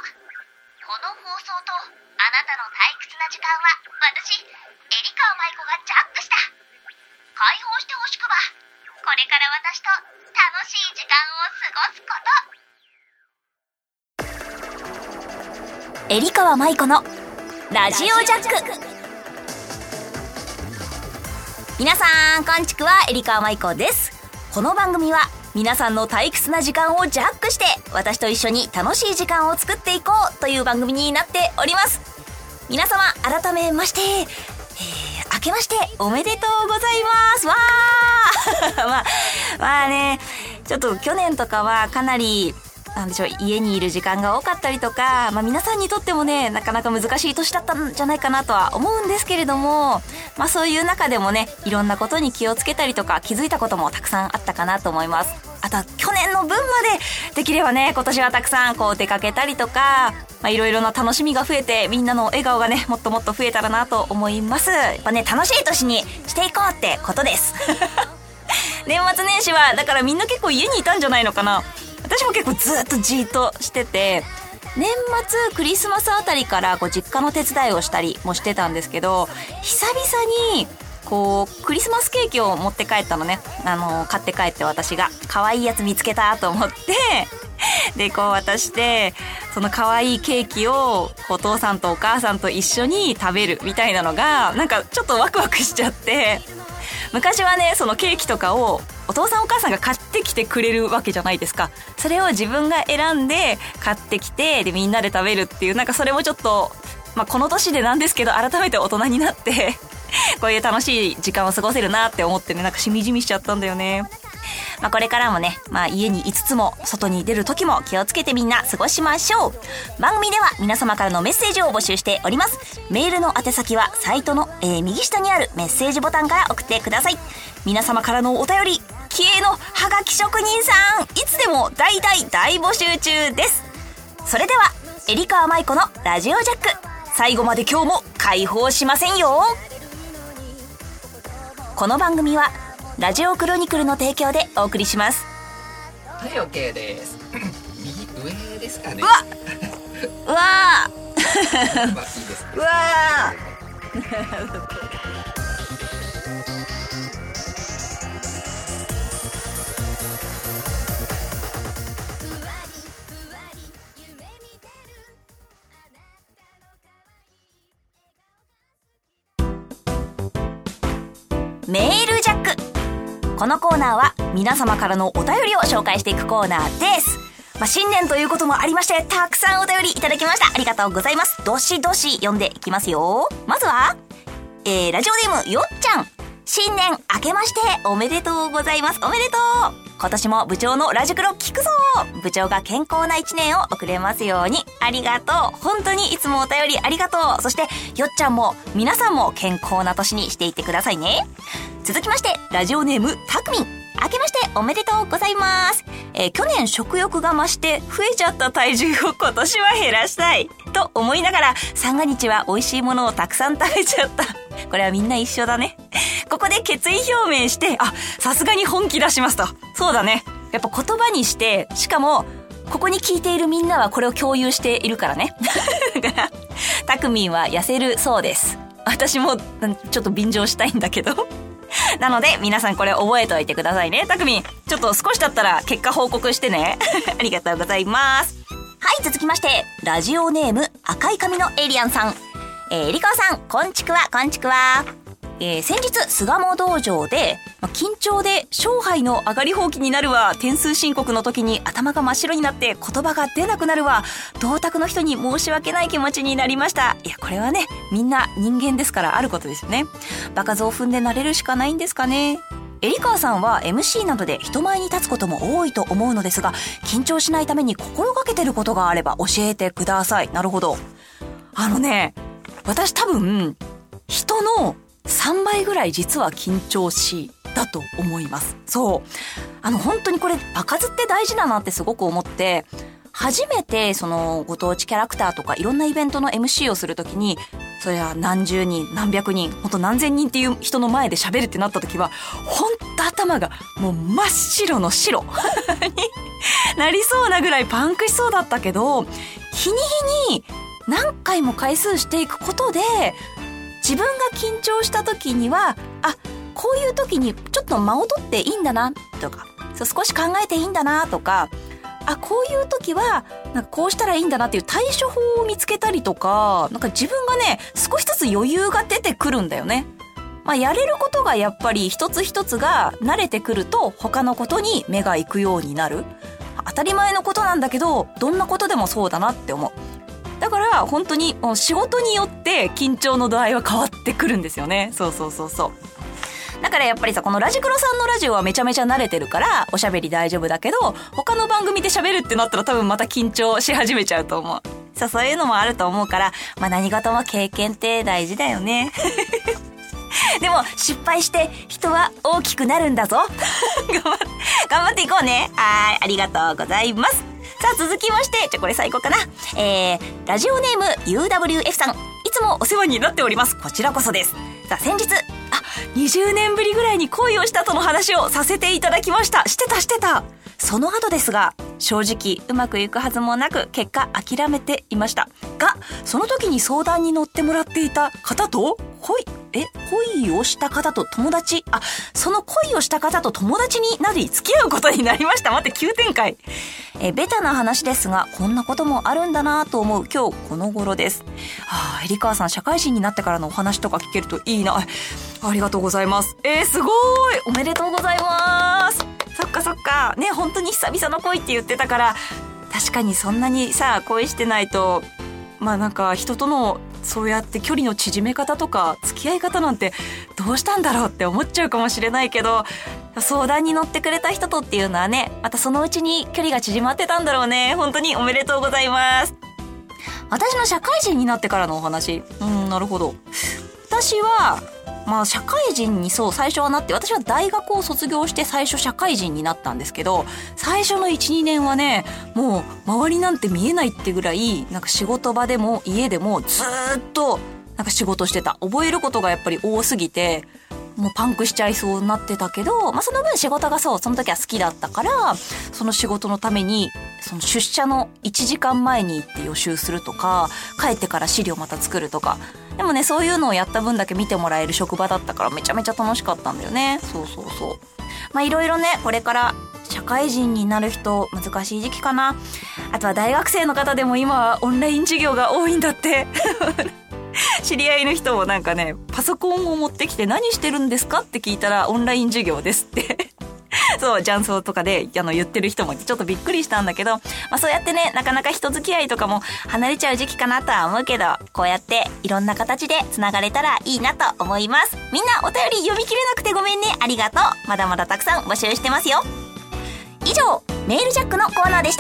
この放送とあなたの退屈な時間は私、エリカ舞子がジャックした。解放してほしくば、これから私と楽しい時間を過ごすこと。 エリカ舞子のラジオジャック。皆さんこんちくは、エリカ舞子です。この番組は皆さんの退屈な時間をジャックして、私と一緒に楽しい時間を作っていこうという番組になっております。皆様改めまして、明けましておめでとうございますわーまあね、ちょっと去年とかはかなりなんでしょう、家にいる時間が多かったりとか、皆さんにとってもね、なかなか難しい年だったんじゃないかなとは思うんですけれども、そういう中でもね、いろんなことに気をつけたりとか気づいたこともたくさんあったかなと思います。あとは去年の分までできればね、今年はたくさん出かけたりとか、いろいろな楽しみが増えて、みんなの笑顔がね、もっともっと増えたらなと思います。やっぱね、楽しい年にしていこうってことです年末年始はだからみんな結構家にいたんじゃないのかな。私も結構ずっとじーっとしてて、年末クリスマスあたりから実家の手伝いをしたりもしてたんですけど、久々にクリスマスケーキを持って帰ったのね。買って帰って、私が可愛いやつ見つけたと思ってで渡して、その可愛いケーキをお父さんとお母さんと一緒に食べるみたいなのがなんかちょっとワクワクしちゃって、昔はね、そのケーキとかをお父さんお母さんが買ってきてくれるわけじゃないですか。それを自分が選んで買ってきて、でみんなで食べるっていう、なんかそれもちょっとこの年でなんですけど、改めて大人になってこういう楽しい時間を過ごせるなって思ってね、なんかしみじみしちゃったんだよね。これからもね、家にいつつも外に出る時も気をつけてみんな過ごしましょう。番組では皆様からのメッセージを募集しております。メールの宛先はサイトの、右下にあるメッセージボタンから送ってください。皆様からのお便り、気鋭のハガキ職人さん、いつでも大募集中です。それではエリカ舞子のラジオジャック、最後まで今日も解放しませんよ。この番組はラジオクロニクルの提供でお送りします。 はい、OK です右上ですかね。 うわいいですうわメールジャック。このコーナーは皆様からのお便りを紹介していくコーナーです。新年ということもありまして、たくさんお便りいただきました。ありがとうございます。どしどし読んでいきますよ。まずは、ラジオネームよっちゃん。新年明けましておめでとうございます。おめでとう。今年も部長のラジクロ聞くぞ。部長が健康な一年を送れますように。ありがとう。本当にいつもお便りありがとう。そしてよっちゃんも皆さんも健康な年にしていってくださいね。続きまして、ラジオネームたくみん。明けましておめでとうございます。去年食欲が増して増えちゃった体重を今年は減らしたいと思いながら、三が日は美味しいものをたくさん食べちゃった。これはみんな一緒だね。ここで決意表明して、さすがに本気出しますと。そうだね。やっぱ言葉にして、しかもここに聞いているみんなはこれを共有しているからね。だからたくみんは痩せるそうです。私もちょっと便乗したいんだけど。なので皆さんこれ覚えておいてくださいね。たくみん、ちょっと少し経ったら結果報告してね。ありがとうございます。はい、続きまして、ラジオネーム赤い髪のエイリアンさん。リカオさん、こんちくわ、こんちくわ。先日巣鴨道場で、緊張で勝敗の上がりほうきになるわ、点数申告の時に頭が真っ白になって言葉が出なくなるわ、同卓の人に申し訳ない気持ちになりました。いや、これはね、みんな人間ですからあることですよね。場数を踏んで慣れるしかないんですかね。エリカーさんは MC などで人前に立つことも多いと思うのですが、緊張しないために心がけてることがあれば教えてください。なるほど。私多分人の3倍ぐらい実は緊張しだと思います。そう。本当にこれ場数って大事だなってすごく思って、初めてそのご当地キャラクターとかいろんなイベントの MC をするときに、それは何十人何百人本当何千人っていう人の前で喋るってなった時は本当頭がもう真っ白の白になりそうなぐらいパンクしそうだったけど、日に日に何回も回数していくことで、自分が緊張した時には、こういう時にちょっと間を取っていいんだなとか、少し考えていいんだなとか、こういう時はなんかこうしたらいいんだなっていう対処法を見つけたりとか、なんか自分がね少しずつ余裕が出てくるんだよね。やれることがやっぱり一つ一つが慣れてくると、他のことに目が行くようになる。当たり前のことなんだけど、どんなことでもそうだなって思う。だから本当に仕事によって緊張の度合いは変わってくるんですよね。そう。だからやっぱりさ、このラジクロさんのラジオはめちゃめちゃ慣れてるからおしゃべり大丈夫だけど、他の番組で喋るってなったら多分また緊張し始めちゃうと思う。そういうのもあると思うから、何事も経験って大事だよね。でも失敗して人は大きくなるんだぞ。頑張っていこうね。ありがとうございます。さあ続きまして、これ最後かな。ラジオネーム UWF さん、いつもお世話になっております。こちらこそです。さあ先日20年ぶりぐらいに恋をしたとの話をさせていただきました。してた。その後ですが、正直うまくいくはずもなく、結果諦めていましたが、その時に相談に乗ってもらっていた方と恋をした方と友達、その恋をした方と友達になり付き合うことになりました。待って、急展開。ベタな話ですが、こんなこともあるんだなと思う今日この頃です。エリカワさん、社会人になってからのお話とか聞けるといいな。ありがとうございます。すごい、おめでとうございます。そっかね、本当に久々の恋って言ってたから、確かにそんなにさ恋してないと、なんか人とのそうやって距離の縮め方とか付き合い方なんてどうしたんだろうって思っちゃうかもしれないけど、相談に乗ってくれた人とっていうのはね、またそのうちに距離が縮まってたんだろうね。本当におめでとうございます。私の社会人になってからのお話。なるほど。私は社会人に最初はなって、私は大学を卒業して最初社会人になったんですけど、最初の 1,2 年はね、もう周りなんて見えないってぐらい、なんか仕事場でも家でもずーっとなんか仕事してた。覚えることがやっぱり多すぎて、もうパンクしちゃいそうになってたけど、その分仕事がその時は好きだったから、その仕事のためにその出社の1時間前に行って予習するとか、帰ってから資料また作るとか。でもね、そういうのをやった分だけ見てもらえる職場だったから、めちゃめちゃ楽しかったんだよね。そういろいろね、これから社会人になる人難しい時期かな。あとは大学生の方でも今はオンライン授業が多いんだって。知り合いの人もなんかね、パソコンを持ってきて何してるんですかって聞いたら、オンライン授業ですって雀荘とかで言ってる人もいて、ちょっとびっくりしたんだけど、そうやってね、なかなか人付き合いとかも離れちゃう時期かなとは思うけど、こうやっていろんな形で繋がれたらいいなと思います。みんなお便り読み切れなくてごめんね。ありがとう。まだまだたくさん募集してますよ。以上、メールジャックのコーナーでした。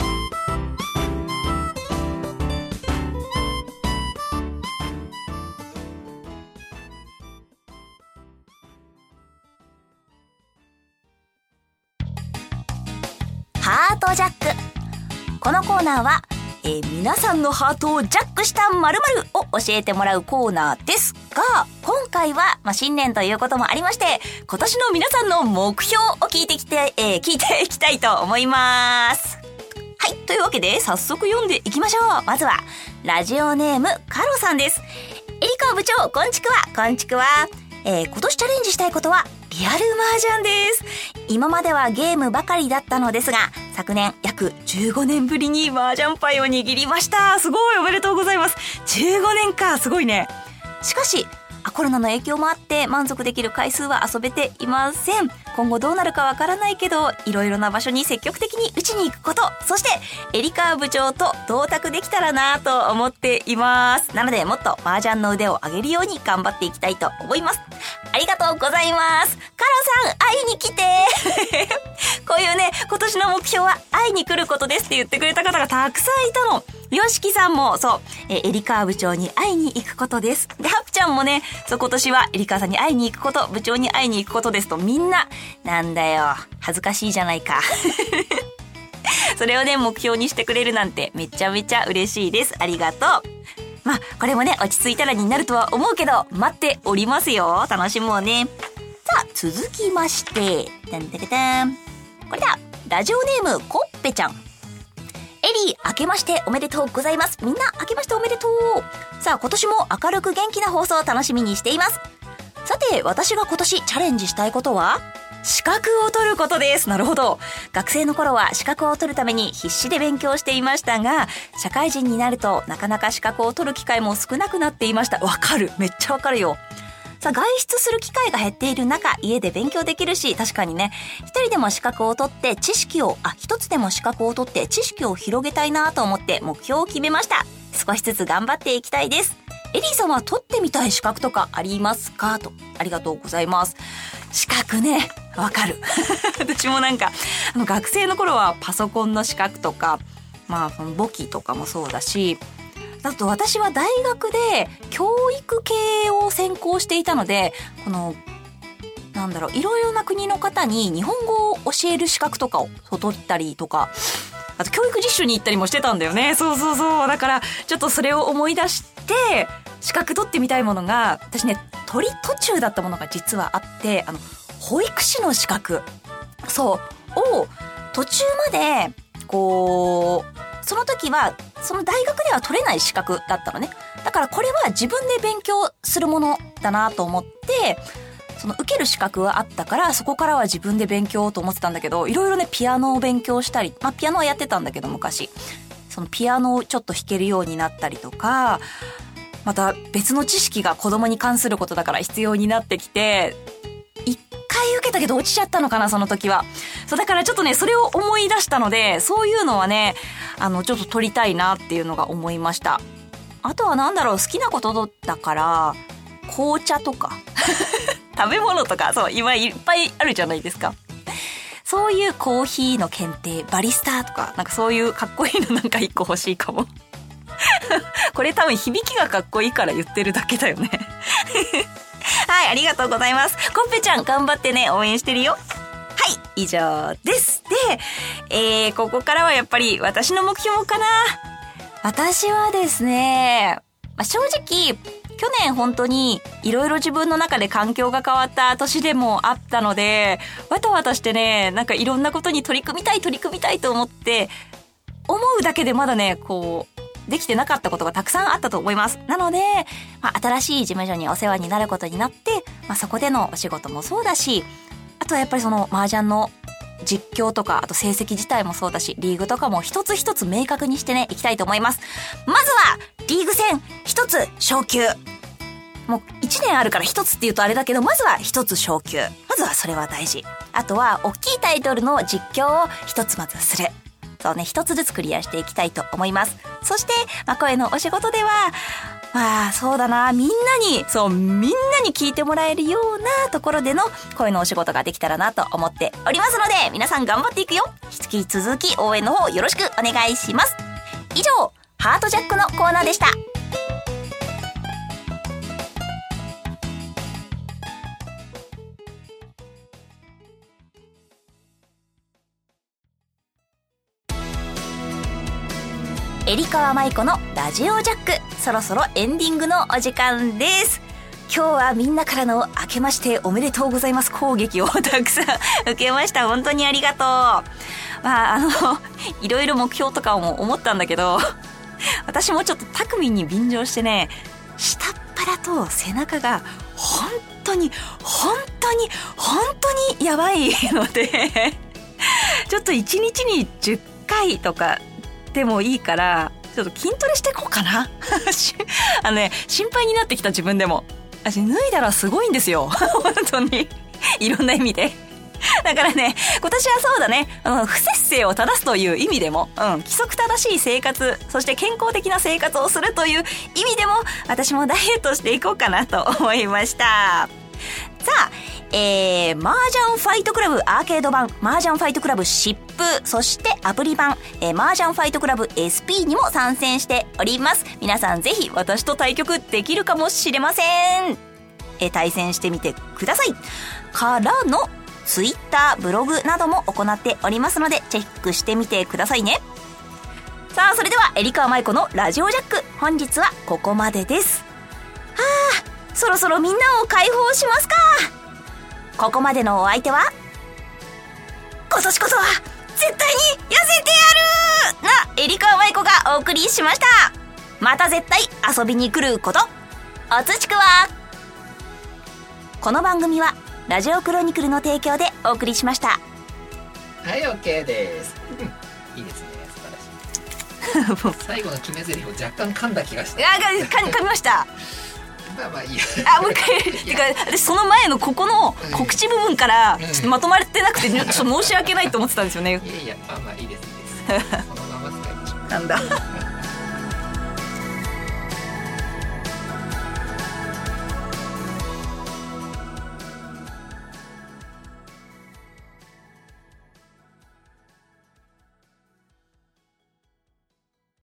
ハートジャック。このコーナーは、皆さんのハートをジャックした〇〇を教えてもらうコーナーですが、今回は、新年ということもありまして、今年の皆さんの目標を聞いていきたいと思います。はい、というわけで早速読んでいきましょう。まずはラジオネームカロさんです。エリカ部長、こんちくわ。今年チャレンジしたいことはリアル麻雀です。今まではゲームばかりだったのですが、昨年約15年ぶりに麻雀牌を握りました。すごい、おめでとうございます。15年か、すごいね。しかしコロナの影響もあって満足できる回数は遊べていません。今後どうなるかわからないけど、いろいろな場所に積極的に打ちに行くこと、そしてエリカ部長と同卓できたらなと思っています。なのでもっと麻雀の腕を上げるように頑張っていきたいと思います。ありがとうございます。カロさん、会いに来てこういうね、今年の目標は会いに来ることですって言ってくれた方がたくさんいたの。よしきさんもそう、エリカ部長に会いに行くことです。で、ハプちゃんもね、今年はエリカさんに会いに行くこと、部長に会いに行くことですと、みんな、なんだよ、恥ずかしいじゃないか。それをね、目標にしてくれるなんてめちゃめちゃ嬉しいです。ありがとう。これもね、落ち着いたらになるとは思うけど、待っておりますよ。楽しもうね。さあ、 続きまして、これだ、ラジオネームコッペちゃん。エリー、明けましておめでとうございます。みんな明けましておめでとう。さあ、今年も明るく元気な放送を楽しみにしています。さて、私が今年チャレンジしたいことは資格を取ることです。なるほど。学生の頃は資格を取るために必死で勉強していましたが、社会人になるとなかなか資格を取る機会も少なくなっていました。わかる。めっちゃわかるよ。さあ、外出する機会が減っている中、家で勉強できるし、確かにね、一つでも資格を取って知識を広げたいなと思って目標を決めました。少しずつ頑張っていきたいです。エリーさんは取ってみたい資格とかありますかと。ありがとうございます。資格ね、わかる。私もなんか、学生の頃はパソコンの資格とか、簿記とかもそうだし、あと私は大学で教育系を専攻していたので、いろいろな国の方に日本語を教える資格とかを取ったりとか、あと教育実習に行ったりもしてたんだよね。そう。だからちょっとそれを思い出して資格取ってみたいものが、私ね、取り途中だったものが実はあって、保育士の資格を途中までその時はその大学では取れない資格だったのね。だからこれは自分で勉強するものだなと思って、受ける資格はあったから、そこからは自分で勉強と思ってたんだけど、いろいろね、ピアノを勉強したり、ピアノはやってたんだけど昔、そのピアノをちょっと弾けるようになったりとか、また別の知識が子供に関することだから必要になってきて、一回受けたけど落ちちゃったのかな、その時は。だからちょっとね、それを思い出したので、そういうのはね、ちょっと取りたいなっていうのが思いました。あとは好きなことだから、紅茶とか食べ物とか、今いっぱいあるじゃないですか。そういうコーヒーの検定、バリスタとか、そういうかっこいいの一個欲しいかも。これ多分響きがかっこいいから言ってるだけだよね。はい、ありがとうございます。コンペちゃん頑張ってね、応援してるよ。はい、以上です。で、ここからはやっぱり私の目標かな。私はですね、正直、去年本当にいろいろ自分の中で環境が変わった年でもあったので、わたわたしてね、いろんなことに取り組みたいと思って、思うだけでまだね、できてなかったことがたくさんあったと思います。なので、新しい事務所にお世話になることになって、そこでのお仕事もそうだし、あとはやっぱり麻雀の実況とか、あと成績自体もそうだし、リーグとかも一つ一つ明確にしてね、いきたいと思います。まずは、リーグ戦一つ昇級。もう1年あるから一つって言うとあれだけど、まずは一つ昇級。まずはそれは大事。あとは、大きいタイトルの実況を一つまずする。そうね、一つずつクリアしていきたいと思います。そして、声のお仕事では、そうだな、みんなに聞いてもらえるようなところでの声のお仕事ができたらなと思っておりますので、皆さん頑張っていくよ。引き続き応援の方よろしくお願いします。以上、ハートジャックのコーナーでした。エリカワマイコのラジオジャック、そろそろエンディングのお時間です。今日はみんなからの明けましておめでとうございます攻撃をたくさん受けました。本当にありがとう。いろいろ目標とかも思ったんだけど、私もちょっとタクミンに便乗してね、下っ腹と背中が本当にやばいのでちょっと1日に10回とかでもいいからちょっと筋トレしていこうかな心配になってきた。自分でも脱いだらすごいんですよ本当にいろんな意味で。だからね、今年はそうだね、不節制を正すという意味でも、規則正しい生活、そして健康的な生活をするという意味でも、私もダイエットしていこうかなと思いました。さあ、麻雀ファイトクラブアーケード版、麻雀ファイトクラブシップ、そしてアプリ版、麻雀ファイトクラブ SP にも参戦しております。皆さんぜひ私と対局できるかもしれません。対戦してみてください。からのツイッター、ブログなども行っておりますのでチェックしてみてくださいね。さあ、それではエリカワマイコのラジオジャック、本日はここまでです。そろそろみんなを解放しますか。 ここまでのお相手は、今年こそは絶対に痩せてやるなエリカ舞子がお送りしました。また絶対遊びに来ること、おつちくわ。この番組はラジオクロニクルの提供でお送りしました。 はい、OK ですいいですね、素晴らしい最後の決め台詞を若干噛んだ気がして、 噛みましたまあいいやもう一回てか私その前のここの告知部分からちょっとまとまってなくてちょっと申し訳ないと思ってたんですよね。 いやまあいいですそのまま使いましょう。 なんだ